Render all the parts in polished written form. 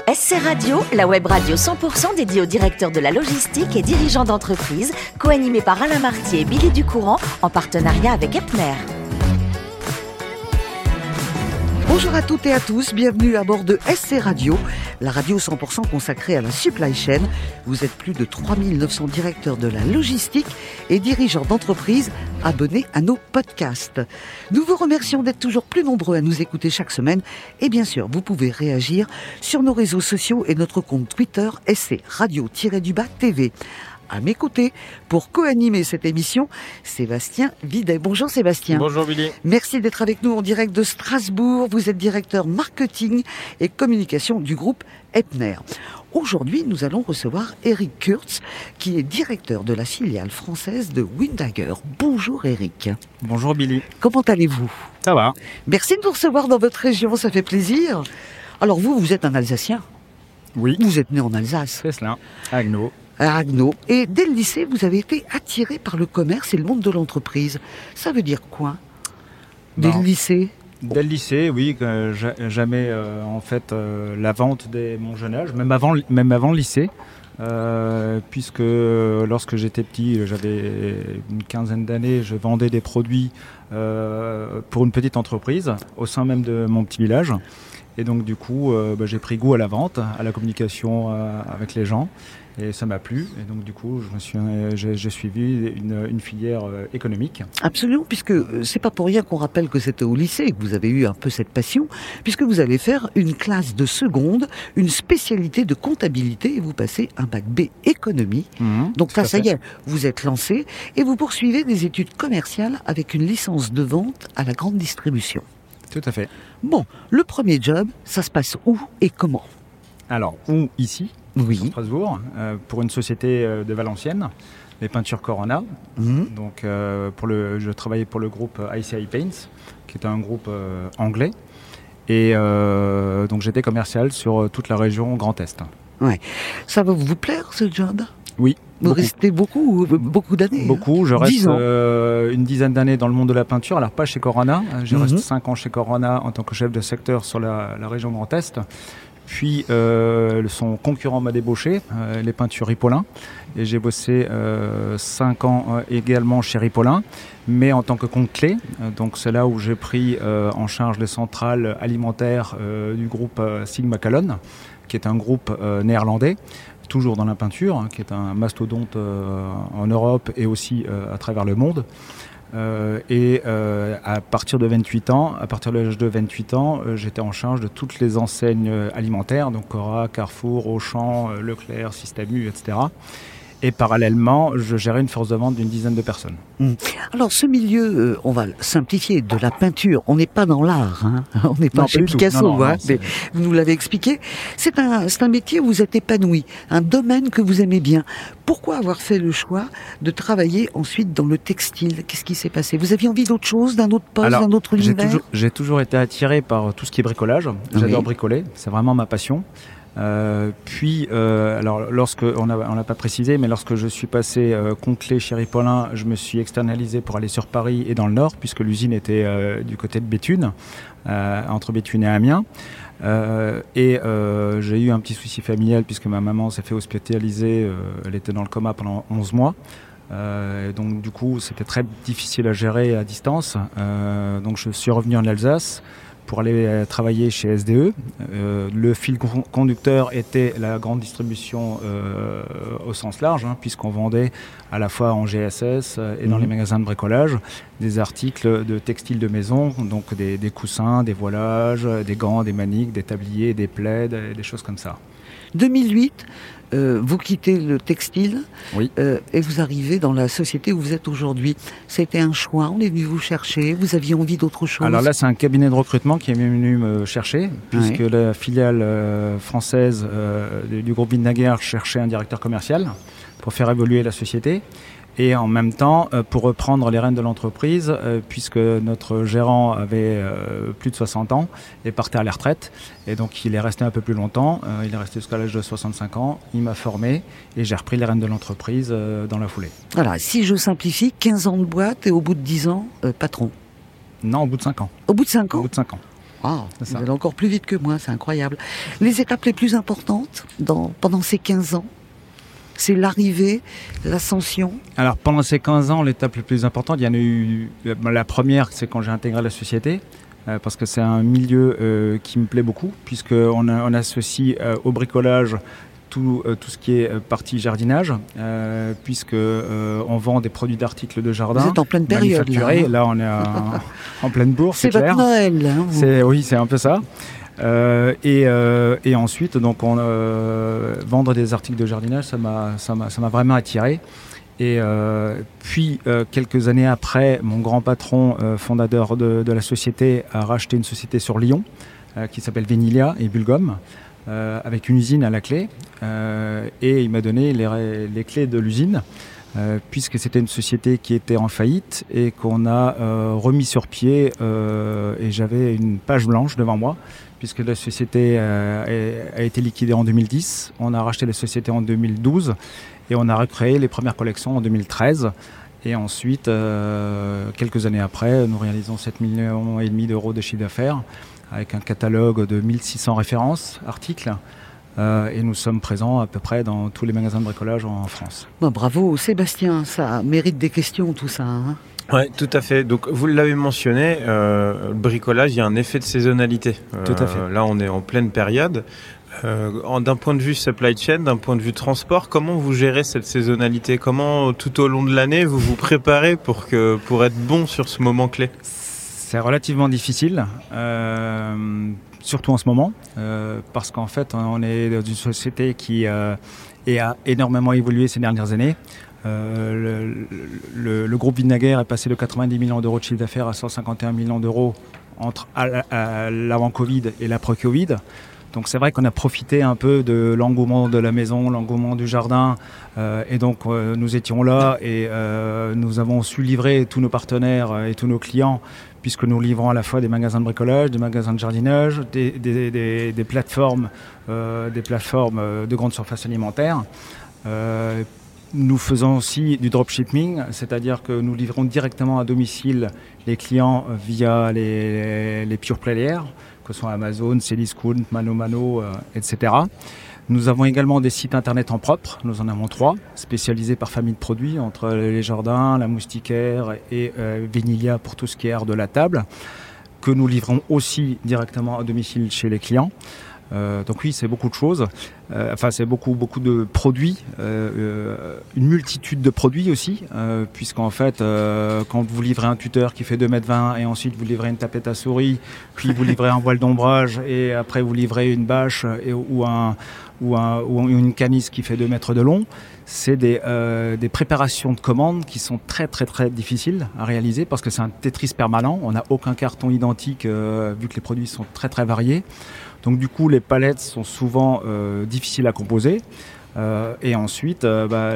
SC Radio, la web radio 100% dédiée aux directeurs de la logistique et dirigeants d'entreprise, co-animée par Alain Martier et Billy Ducourant, en partenariat avec Epner. Bonjour à toutes et à tous, bienvenue à bord de SC Radio, la radio 100% consacrée à la supply chain. Vous êtes plus de 3900 directeurs de la logistique et dirigeants d'entreprise abonnés à nos podcasts. Nous vous remercions d'être toujours plus nombreux à nous écouter chaque semaine. Et bien sûr, vous pouvez réagir sur nos réseaux sociaux et notre compte Twitter SC Radio-TV. À mes côtés, pour co-animer cette émission, Sébastien Videt. Bonjour Sébastien. Bonjour Billy. Merci d'être avec nous en direct de Strasbourg. Vous êtes directeur marketing et communication du groupe Epner. Aujourd'hui, nous allons recevoir Eric Kurtz, qui est directeur de la filiale française de Windagger. Bonjour Eric. Bonjour Billy. Comment allez-vous ? Ça va. Merci de nous recevoir dans votre région, ça fait plaisir. Alors vous êtes un Alsacien ? Oui. Vous êtes né en Alsace ? C'est cela, à Agno. À Agno. Et dès le lycée, vous avez été attiré par le commerce et le monde de l'entreprise. Ça veut dire quoi ? Dès le lycée ? Dès le lycée, oui. Jamais, la vente dès mon jeune âge, même avant le lycée. Puisque lorsque j'étais petit, j'avais une quinzaine d'années, je vendais des produits pour une petite entreprise au sein même de mon petit village. Et donc du coup, j'ai pris goût à la vente, à la communication avec les gens. Et ça m'a plu. Et donc du coup, j'ai suivi une filière économique. Absolument, puisque c'est pas pour rien qu'on rappelle que c'était au lycée que vous avez eu un peu cette passion, puisque vous allez faire une classe de seconde, une spécialité de comptabilité, et vous passez un bac B économie. Donc là, ça y est, vous êtes lancé, et vous poursuivez des études commerciales avec une licence de vente à la grande distribution. Tout à fait. Bon, le premier job, ça se passe où et comment ? Alors, ici, oui. à Strasbourg, pour une société de Valenciennes, les peintures Corona. Donc, je travaillais pour le groupe ICI Paints, qui est un groupe anglais. Et donc, j'étais commercial sur toute la région Grand Est. Ouais. Ça va vous plaire, ce job ? Oui. Vous restez beaucoup d'années. Beaucoup, je reste une dizaine d'années dans le monde de la peinture, alors pas chez Corona, je reste 5 ans chez Corona en tant que chef de secteur sur la région Grand Est. Puis son concurrent m'a débauché, les peintures Ripollin, et j'ai bossé 5 ans également chez Ripollin, mais en tant que compte clé. Donc c'est là où j'ai pris en charge les centrales alimentaires du groupe Sigma Calon, qui est un groupe néerlandais, toujours dans la peinture, qui est un mastodonte en Europe et aussi à travers le monde. À partir de l'âge de 28 ans, j'étais en charge de toutes les enseignes alimentaires, donc Cora, Carrefour, Auchan, Leclerc, Système U, etc. Et parallèlement, je gérais une force de vente d'une dizaine de personnes. Alors ce milieu, on va simplifier, de la peinture, on n'est pas dans l'art, hein. On n'est pas chez Picasso, mais vous nous l'avez expliqué. C'est un métier où vous êtes épanoui, un domaine que vous aimez bien. Pourquoi avoir fait le choix de travailler ensuite dans le textile ? Qu'est-ce qui s'est passé ? Vous aviez envie d'autre chose, d'un autre poste, d'un autre univers ? J'ai toujours été attiré par tout ce qui est bricolage. J'adore bricoler, c'est vraiment ma passion. On n'a pas précisé, mais lorsque je suis passé compte clé chez Ripollin, je me suis externalisé pour aller sur Paris et dans le Nord, puisque l'usine était du côté de Béthune, entre Béthune et Amiens. J'ai eu un petit souci familial puisque ma maman s'est fait hospitaliser, elle était dans le coma pendant 11 mois. Donc du coup c'était très difficile à gérer à distance. Donc je suis revenu en Alsace pour aller travailler chez SDE. Le fil conducteur était la grande distribution au sens large, puisqu'on vendait à la fois en GSS et dans les magasins de bricolage des articles de textile de maison, donc des coussins, des voilages, des gants, des maniques, des tabliers, des plaids, des choses comme ça. 2008, vous quittez le textile, oui. Et vous arrivez dans la société où vous êtes aujourd'hui. C'était un choix, on est venu vous chercher, vous aviez envie d'autre chose ? Alors là, c'est un cabinet de recrutement qui est venu me chercher, puisque la filiale française du groupe Windagger cherchait un directeur commercial pour faire évoluer la société. Et en même temps, pour reprendre les rênes de l'entreprise, puisque notre gérant avait plus de 60 ans et partait à la retraite. Et donc, il est resté un peu plus longtemps. Il est resté jusqu'à l'âge de 65 ans. Il m'a formé et j'ai repris les rênes de l'entreprise dans la foulée. Voilà, si je simplifie, 15 ans de boîte et au bout de 10 ans, patron. Non, au bout de 5 ans. Au bout de 5 ans ? Au bout de 5 ans. Ah, vous allez encore plus vite que moi, c'est incroyable. Les étapes les plus importantes pendant ces 15 ans, c'est l'arrivée, l'ascension. Alors pendant ces 15 ans, l'étape la plus importante, il y en a eu. La première, c'est quand j'ai intégré la société, parce que c'est un milieu qui me plaît beaucoup, puisqu'on associe au bricolage tout ce qui est partie jardinage, puisque on vend des produits d'articles de jardin. Vous êtes en pleine période là on est en pleine bourse, c'est clair. C'est votre Noël, là. Oui, c'est un peu ça. Et ensuite, donc, vendre des articles de jardinage, ça m'a vraiment attiré. Et puis, quelques années après, mon grand patron, fondateur de la société, a racheté une société sur Lyon qui s'appelle Venilia et Bulgum, avec une usine à la clé. Et il m'a donné les clés de l'usine, puisque c'était une société qui était en faillite et qu'on a remis sur pied. Et j'avais une page blanche devant moi, puisque la société a été liquidée en 2010. On a racheté la société en 2012 et on a recréé les premières collections en 2013. Et ensuite, quelques années après, nous réalisons 7,5 millions d'euros de chiffre d'affaires avec un catalogue de 1600 références, articles. Et nous sommes présents à peu près dans tous les magasins de bricolage en France. Bon, bravo Sébastien, ça mérite des questions tout ça. Hein. Oui, tout à fait. Donc vous l'avez mentionné, le bricolage, il y a un effet de saisonnalité. Tout à fait. Là, on est en pleine période. D'un point de vue supply chain, d'un point de vue transport, comment vous gérez cette saisonnalité ? Comment tout au long de l'année vous vous préparez pour être bon sur ce moment clé ? C'est relativement difficile, surtout en ce moment, parce qu'en fait on est dans une société qui a énormément évolué ces dernières années. Le groupe Vinaguerre est passé de 90 millions d'euros de chiffre d'affaires à 151 millions d'euros entre l'avant-Covid et l'après-Covid. Donc c'est vrai qu'on a profité un peu de l'engouement de la maison, l'engouement du jardin, et donc nous étions là et nous avons su livrer tous nos partenaires et tous nos clients, puisque nous livrons à la fois des magasins de bricolage, des magasins de jardinage, des plateformes de grande surface alimentaire. Nous faisons aussi du dropshipping, c'est-à-dire que nous livrons directement à domicile les clients via les pure players, que ce soit Amazon, Cdiscount, Mano, etc. Nous avons également des sites internet en propre, nous en avons 3, spécialisés par famille de produits, entre les jardins, la moustiquaire et Venilia pour tout ce qui est art de la table, que nous livrons aussi directement à domicile chez les clients. Donc oui, c'est beaucoup de choses. C'est beaucoup de produits, une multitude de produits aussi, puisqu'en fait, quand vous livrez un tuteur qui fait 2,20 m et ensuite vous livrez une tablette à souris, puis vous livrez un voile d'ombrage et après vous livrez une bâche ou une canisse qui fait 2 mètres de long, c'est des préparations de commandes qui sont très très très difficiles à réaliser parce que c'est un Tetris permanent. On n'a aucun carton identique vu que les produits sont très très variés. Donc du coup, les palettes sont souvent difficiles à composer. Et ensuite,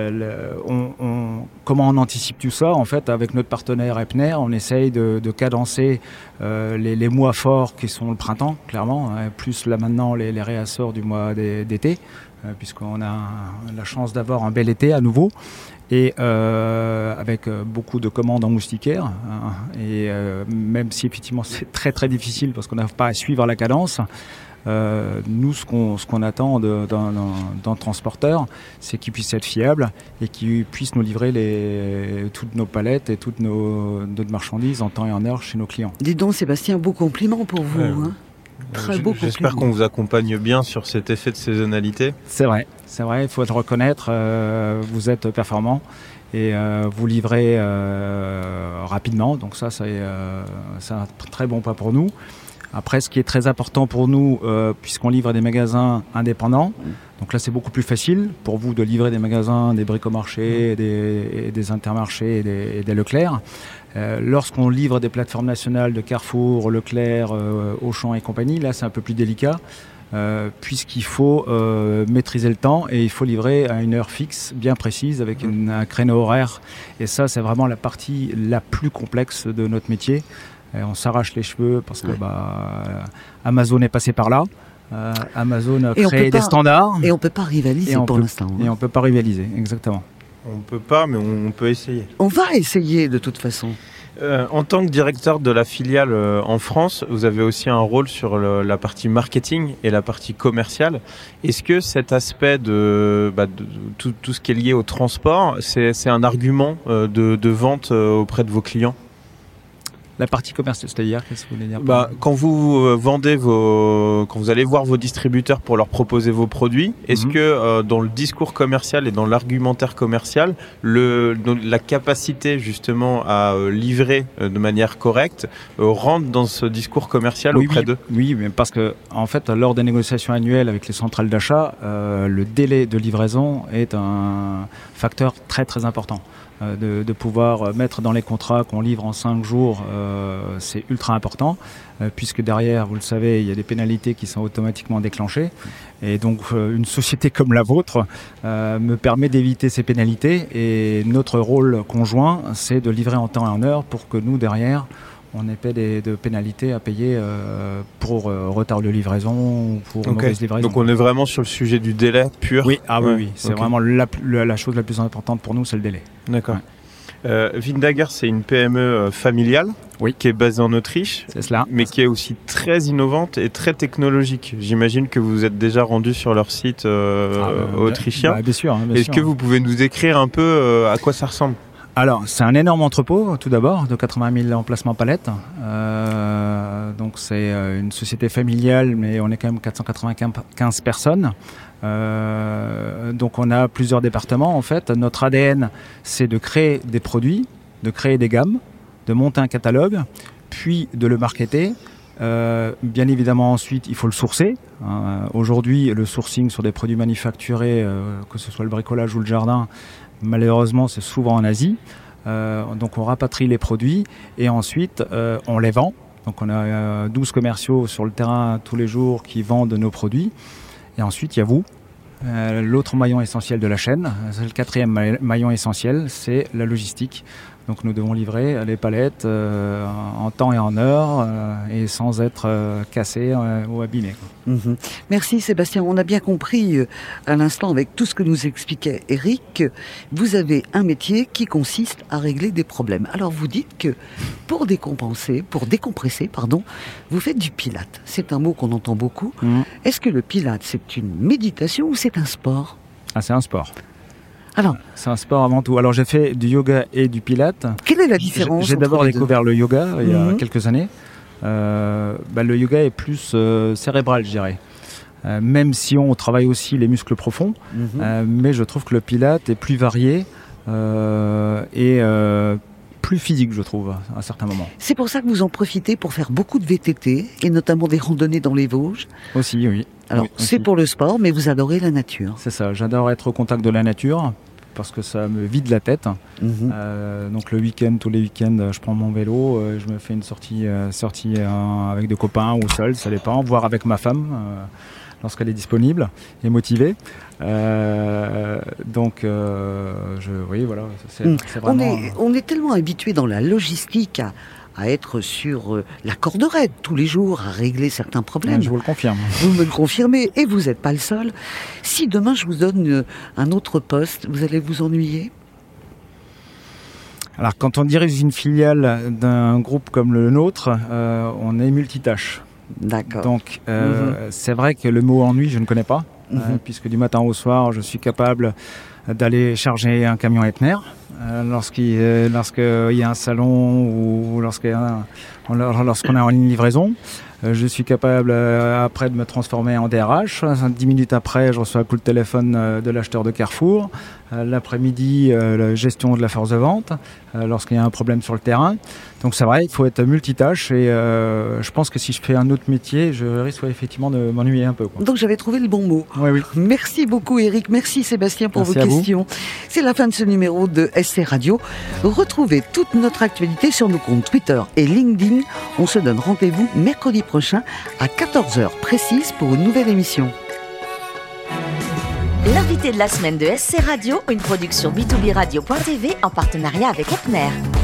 comment on anticipe tout ça ? En fait, avec notre partenaire Epner, on essaye de cadencer les mois forts qui sont le printemps, clairement, plus là maintenant les réassorts du mois d'été, puisqu'on a la chance d'avoir un bel été à nouveau. Et avec beaucoup de commandes en moustiquaire, et même si effectivement c'est très très difficile parce qu'on n'a pas à suivre la cadence, nous ce qu'on attend d'un transporteur, c'est qu'il puisse être fiable et qu'il puisse nous livrer toutes nos palettes et toutes notre marchandises en temps et en heure chez nos clients. Dis donc Sébastien, beau compliment pour vous. Hein. Très beau compliment. J'espère qu'on vous accompagne bien sur cet effet de saisonnalité. C'est vrai, il faut le reconnaître, vous êtes performant et vous livrez rapidement, donc ça c'est un très bon pas pour nous. Après, ce qui est très important pour nous, puisqu'on livre à des magasins indépendants, donc là c'est beaucoup plus facile pour vous de livrer des magasins, des bricomarchés, des intermarchés et des Leclerc. Lorsqu'on livre des plateformes nationales de Carrefour, Leclerc, Auchan et compagnie, là c'est un peu plus délicat, puisqu'il faut maîtriser le temps et il faut livrer à une heure fixe, bien précise, avec un créneau horaire. Et ça, c'est vraiment la partie la plus complexe de notre métier. Et on s'arrache les cheveux parce que Amazon est passé par là. Amazon a créé des standards. Et on ne peut pas rivaliser pour l'instant. Et on ne peut pas rivaliser, exactement. On ne peut pas, mais on peut essayer. On va essayer de toute façon. En tant que directeur de la filiale en France, vous avez aussi un rôle sur la partie marketing et la partie commerciale. Est-ce que cet aspect de tout ce qui est lié au transport, c'est un argument de vente auprès de vos clients ? La partie commerciale, c'est-à-dire, qu'est-ce que vous voulez dire ? Quand vous quand vous allez voir vos distributeurs pour leur proposer vos produits, est-ce que dans le discours commercial et dans l'argumentaire commercial, la capacité justement à livrer de manière correcte rentre dans ce discours commercial auprès d'eux ? Oui, mais parce que en fait, lors des négociations annuelles avec les centrales d'achat, le délai de livraison est un facteur très très important. De pouvoir mettre dans les contrats qu'on livre en 5 jours, c'est ultra important, puisque derrière, vous le savez, il y a des pénalités qui sont automatiquement déclenchées. Et donc, une société comme la vôtre me permet d'éviter ces pénalités. Et notre rôle conjoint, c'est de livrer en temps et en heure pour que nous, derrière, on n'ait pas de pénalités à payer pour retard de livraison ou pour mauvaise livraison. Donc on est vraiment sur le sujet du délai pur. Oui, oui. C'est vraiment la chose la plus importante pour nous, c'est le délai. D'accord. Ouais. Windager, c'est une PME familiale qui est basée en Autriche, c'est cela. Mais qui est aussi très innovante et très technologique. J'imagine que vous êtes déjà rendu sur leur site autrichien. Bien sûr. Est-ce que vous pouvez nous décrire un peu à quoi ça ressemble ? Alors, c'est un énorme entrepôt, tout d'abord, de 80 000 emplacements palettes. Donc, c'est une société familiale, mais on est quand même 495 personnes. Donc, on a plusieurs départements, en fait. Notre ADN, c'est de créer des produits, de créer des gammes, de monter un catalogue, puis de le marketer. Bien évidemment, ensuite, il faut le sourcer. Aujourd'hui, le sourcing sur des produits manufacturés, que ce soit le bricolage ou le jardin, malheureusement, c'est souvent en Asie. Donc, on rapatrie les produits et ensuite, on les vend. Donc, on a 12 commerciaux sur le terrain tous les jours qui vendent nos produits. Et ensuite, il y a vous. L'autre maillon essentiel de la chaîne, c'est le 4e maillon essentiel, c'est la logistique. Donc nous devons livrer les palettes en temps et en heure et sans être cassés ou abîmés. Mmh. Merci Sébastien. On a bien compris à l'instant avec tout ce que nous expliquait Eric, vous avez un métier qui consiste à régler des problèmes. Alors vous dites que pour décompresser, vous faites du pilate. C'est un mot qu'on entend beaucoup. Mmh. Est-ce que le pilate, c'est une méditation ou c'est un sport ? C'est un sport. Alors, c'est un sport avant tout. Alors j'ai fait du yoga et du pilate. Quelle est la différence ? J'ai d'abord découvert le yoga il y a quelques années. Le yoga est plus cérébral, je dirais. Même si on travaille aussi les muscles profonds, mais je trouve que le pilate est plus varié et plus physique, je trouve, à certains moments. C'est pour ça que vous en profitez pour faire beaucoup de VTT et notamment des randonnées dans les Vosges. Aussi, oui. Alors, c'est pour le sport, mais vous adorez la nature. C'est ça, j'adore être au contact de la nature parce que ça me vide la tête. Donc tous les week-ends, je prends mon vélo, je me fais une sortie avec des copains ou seul, ça dépend, voire avec ma femme lorsqu'elle est disponible et motivée. Oui, voilà, c'est vraiment... On est tellement habitué dans la logistique à être sur la corde raide tous les jours, à régler certains problèmes. Je vous le confirme. Vous me le confirmez, et vous n'êtes pas le seul. Si demain je vous donne un autre poste, vous allez vous ennuyer ? Alors, quand on dirige une filiale d'un groupe comme le nôtre, on est multitâche. D'accord. Donc, c'est vrai que le mot ennui, je ne connais pas, puisque du matin au soir, je suis capable d'aller charger un camion Etner lorsqu'il y a un salon ou lorsqu'on est en ligne livraison. Je suis capable après de me transformer en DRH. 10 minutes après, je reçois un coup de téléphone de l'acheteur de Carrefour. L'après-midi, la gestion de la force de vente lorsqu'il y a un problème sur le terrain. Donc c'est vrai, il faut être multitâche et je pense que si je fais un autre métier, je risque effectivement de m'ennuyer un peu. Donc j'avais trouvé le bon mot. Oui. Merci beaucoup Eric, merci Sébastien pour vos questions. C'est la fin de ce numéro de SC Radio. Retrouvez toute notre actualité sur nos comptes Twitter et LinkedIn. On se donne rendez-vous mercredi prochain à 14h précise pour une nouvelle émission. L'invité de la semaine de SC Radio, une production B2B Radio.tv en partenariat avec Etner.